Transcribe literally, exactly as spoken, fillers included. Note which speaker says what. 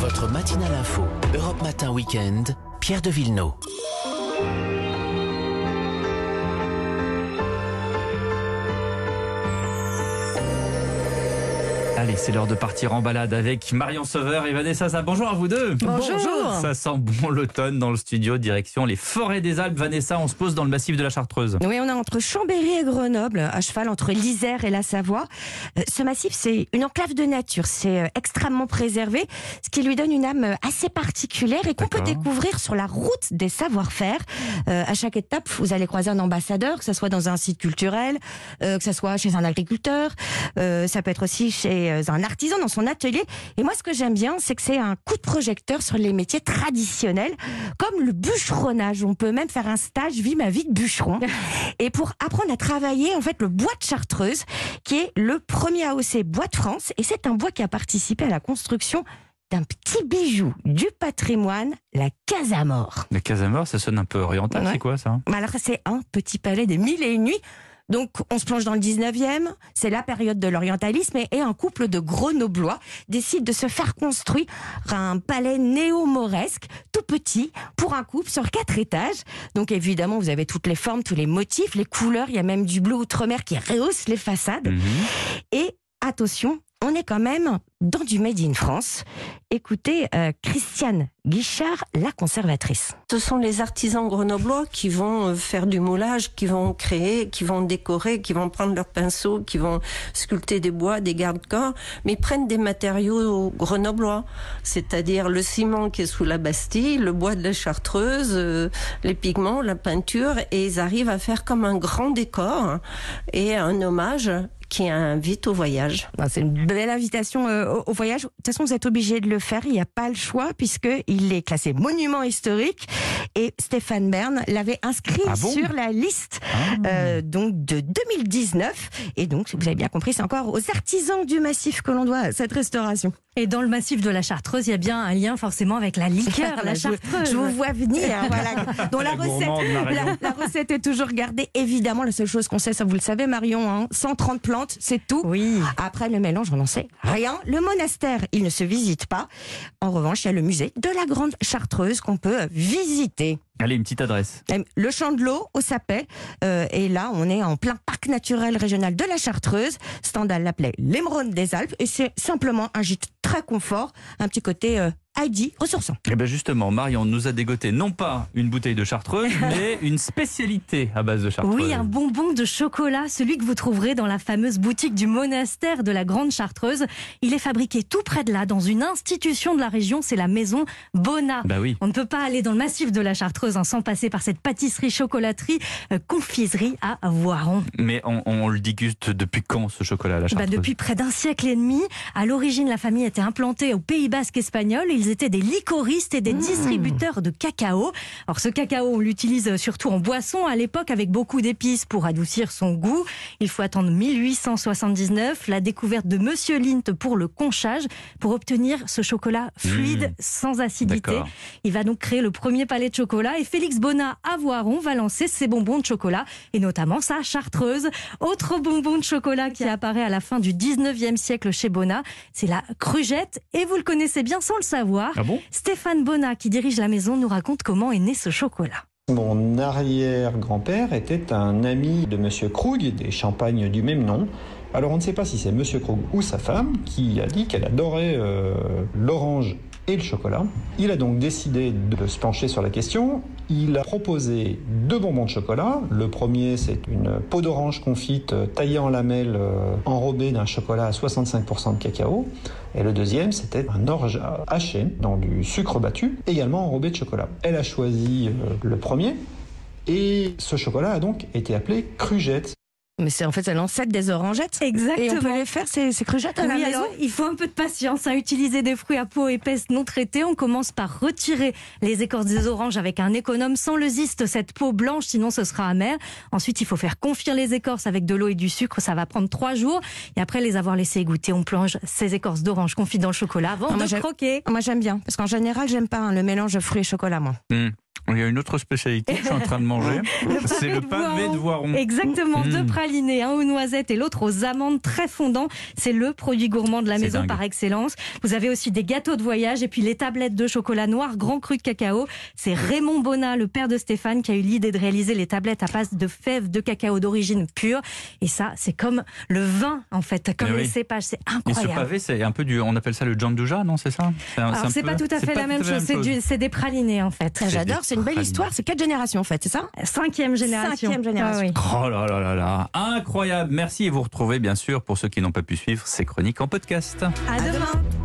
Speaker 1: Votre matinale info, Europe Matin Week-end, Pierre de Villeneuve.
Speaker 2: Allez, c'est l'heure de partir en balade avec Marion Sauveur et Vanessa Zaza. Bonjour à vous deux.
Speaker 3: Bonjour.
Speaker 2: Ça sent bon l'automne dans le studio, direction les forêts des Alpes. Vanessa, on se pose dans le massif de la Chartreuse.
Speaker 3: Oui, on est entre Chambéry et Grenoble, à cheval entre l'Isère et la Savoie. Ce massif, c'est une enclave de nature, c'est extrêmement préservé, ce qui lui donne une âme assez particulière et qu'on peut découvrir sur la route des savoir-faire. Euh, à chaque étape, vous allez croiser un ambassadeur, que ce soit dans un site culturel, euh, que ce soit chez un agriculteur, euh, ça peut être aussi chez un artisan dans son atelier. Et moi, ce que j'aime bien, c'est que c'est un coup de projecteur sur les métiers traditionnels, comme le bûcheronnage. On peut même faire un stage vie ma vie de bûcheron. Et pour apprendre à travailler, en fait, le bois de Chartreuse, qui est le premier A O C bois de France. Et c'est un bois qui a participé à la construction d'un petit bijou du patrimoine, la Casamore.
Speaker 2: La Casamore, ça sonne un peu oriental, ouais. C'est quoi ça?
Speaker 3: Alors, c'est un petit palais des mille et une nuits. Donc, on se plonge dans le dix-neuvième, c'est la période de l'orientalisme, et un couple de Grenoblois décide de se faire construire un palais néo-mauresque, tout petit, pour un couple sur quatre étages. Donc, évidemment, vous avez toutes les formes, tous les motifs, les couleurs, il y a même du bleu outre-mer qui rehausse les façades. Mmh. Et attention, on est quand même dans du Made in France. Écoutez euh, Christiane Guichard, la conservatrice.
Speaker 4: Ce sont les artisans grenoblois qui vont faire du moulage, qui vont créer, qui vont décorer, qui vont prendre leurs pinceaux, qui vont sculpter des bois, des garde-corps, mais ils prennent des matériaux grenoblois, c'est-à-dire le ciment qui est sous la Bastille, le bois de la Chartreuse, euh, les pigments, la peinture, et ils arrivent à faire comme un grand décor et un hommage qui invite au voyage.
Speaker 3: C'est une belle invitation euh, au, au voyage. De toute façon, vous êtes obligé de le faire. Il n'y a pas le choix puisqu'il est classé monument historique. Et Stéphane Bern l'avait inscrit ah bon sur la liste ah. euh, donc de deux mille dix-neuf. Et donc, vous avez bien compris, c'est encore aux artisans du massif que l'on doit cette restauration.
Speaker 5: Et dans le massif de la Chartreuse, il y a bien un lien forcément avec la liqueur, la Chartreuse.
Speaker 3: Je vous vois venir. Voilà. Dont la, la, recette, la, la recette est toujours gardée. Évidemment, la seule chose qu'on sait, ça vous le savez, Marion, hein, cent trente plantes, c'est tout.
Speaker 5: Oui.
Speaker 3: Après le mélange, on n'en sait rien. Le monastère, il ne se visite pas. En revanche, il y a le musée de la Grande Chartreuse qu'on peut visiter.
Speaker 2: Allez, une petite adresse.
Speaker 3: Le Champ de l'Eau au Sapet. Euh, et là, on est en plein parc naturel régional de la Chartreuse. Stendhal l'appelait l'émeraude des Alpes. Et c'est simplement un gîte très confort. Un petit côté euh, Heidi ressourçant.
Speaker 2: Et bien justement, Marion nous a dégoté non pas une bouteille de Chartreuse, mais une spécialité à base de Chartreuse.
Speaker 5: Oui, un bonbon de chocolat, celui que vous trouverez dans la fameuse boutique du monastère de la Grande Chartreuse. Il est fabriqué tout près de là, dans une institution de la région, c'est la maison Bonnat.
Speaker 2: Bah oui.
Speaker 5: On ne peut pas aller dans le massif de la Chartreuse hein, sans passer par cette pâtisserie, chocolaterie, euh, confiserie à Voiron.
Speaker 2: Mais on, on le déguste depuis quand ce chocolat à la Chartreuse?
Speaker 5: Bah, depuis près d'un siècle et demi. À l'origine, la famille était implantée au Pays Basque espagnol. Ils étaient des licoristes et des mmh. distributeurs de cacao. Alors ce cacao, on l'utilise surtout en boisson à l'époque avec beaucoup d'épices pour adoucir son goût. Il faut attendre mille huit cent soixante-dix-neuf, la découverte de Monsieur Lint pour le conchage, pour obtenir ce chocolat fluide mmh. sans acidité. D'accord. Il va donc créer le premier palais de chocolat et Félix Bonnat à Voiron va lancer ses bonbons de chocolat et notamment sa Chartreuse. Autre bonbon de chocolat qui apparaît à la fin du dix-neuvième siècle chez Bonnat, c'est la Crugette et vous le connaissez bien sans le savoir.
Speaker 2: Ah bon?
Speaker 5: Stéphane Bonnat, qui dirige la maison, nous raconte comment est né ce chocolat.
Speaker 6: Mon arrière-grand-père était un ami de Monsieur Krug, des champagnes du même nom. Alors on ne sait pas si c'est Monsieur Krug ou sa femme qui a dit qu'elle adorait euh, l'orange et le chocolat. Il a donc décidé de se pencher sur la question. Il a proposé deux bonbons de chocolat. Le premier, c'est une peau d'orange confite taillée en lamelles, euh, enrobée d'un chocolat à soixante-cinq pour cent de cacao. Et le deuxième, c'était un orge haché dans du sucre battu, également enrobé de chocolat. Elle a choisi euh, le premier. Et ce chocolat a donc été appelé Crugette.
Speaker 3: Mais c'est en fait c'est l'ancêtre des orangettes.
Speaker 5: Exactement.
Speaker 3: Et on peut les faire ces, ces crugettes à
Speaker 5: oui,
Speaker 3: la maison.
Speaker 5: Alors, il faut un peu de patience. Hein. Utiliser des fruits à peau épaisse non traités. On commence par retirer les écorces des oranges avec un économe sans le zeste, cette peau blanche, sinon ce sera amer. Ensuite, il faut faire confire les écorces avec de l'eau et du sucre. Ça va prendre trois jours. Et après les avoir laissés égoutter, on plonge ces écorces d'orange confites dans le chocolat avant ah, de
Speaker 3: moi,
Speaker 5: croquer.
Speaker 3: Moi j'aime bien, parce qu'en général j'aime pas hein, le mélange fruits et chocolat moi.
Speaker 2: Mmh. Il y a une autre spécialité que je suis en train de manger. C'est le pavé de Voiron.
Speaker 5: Exactement,
Speaker 2: Mmh.
Speaker 5: deux pralinés, un aux noisettes et l'autre aux amandes, très fondant. C'est le produit gourmand de la
Speaker 2: C'est
Speaker 5: maison
Speaker 2: dingue.
Speaker 5: par excellence. Vous avez aussi des gâteaux de voyage et puis les tablettes de chocolat noir grand cru de cacao. C'est Raymond Bonnat, le père de Stéphane, qui a eu l'idée de réaliser les tablettes à base de fèves de cacao d'origine pure. Et ça, c'est comme le vin, en fait, comme
Speaker 2: Eh
Speaker 5: les
Speaker 2: oui.
Speaker 5: cépages. C'est
Speaker 2: Et ce
Speaker 5: incroyable.
Speaker 2: pavé, c'est un peu du, on appelle ça le jamdouja, non, c'est ça? C'est un-
Speaker 5: Alors,
Speaker 2: un
Speaker 5: c'est
Speaker 2: peu-
Speaker 5: pas tout à
Speaker 2: c'est
Speaker 5: fait
Speaker 2: pas
Speaker 5: la même chose. C'est du- c'est des pralinés, en fait.
Speaker 3: Ah, J'adore,
Speaker 2: des
Speaker 3: c'est une belle
Speaker 2: pralines.
Speaker 3: histoire. C'est quatre générations en fait, c'est ça?
Speaker 5: Cinquième génération.
Speaker 3: Cinquième génération.
Speaker 5: Ah oui.
Speaker 2: Oh là là là là, incroyable. Merci et vous retrouvez bien sûr, pour ceux qui n'ont pas pu suivre, ces chroniques en podcast.
Speaker 5: À demain.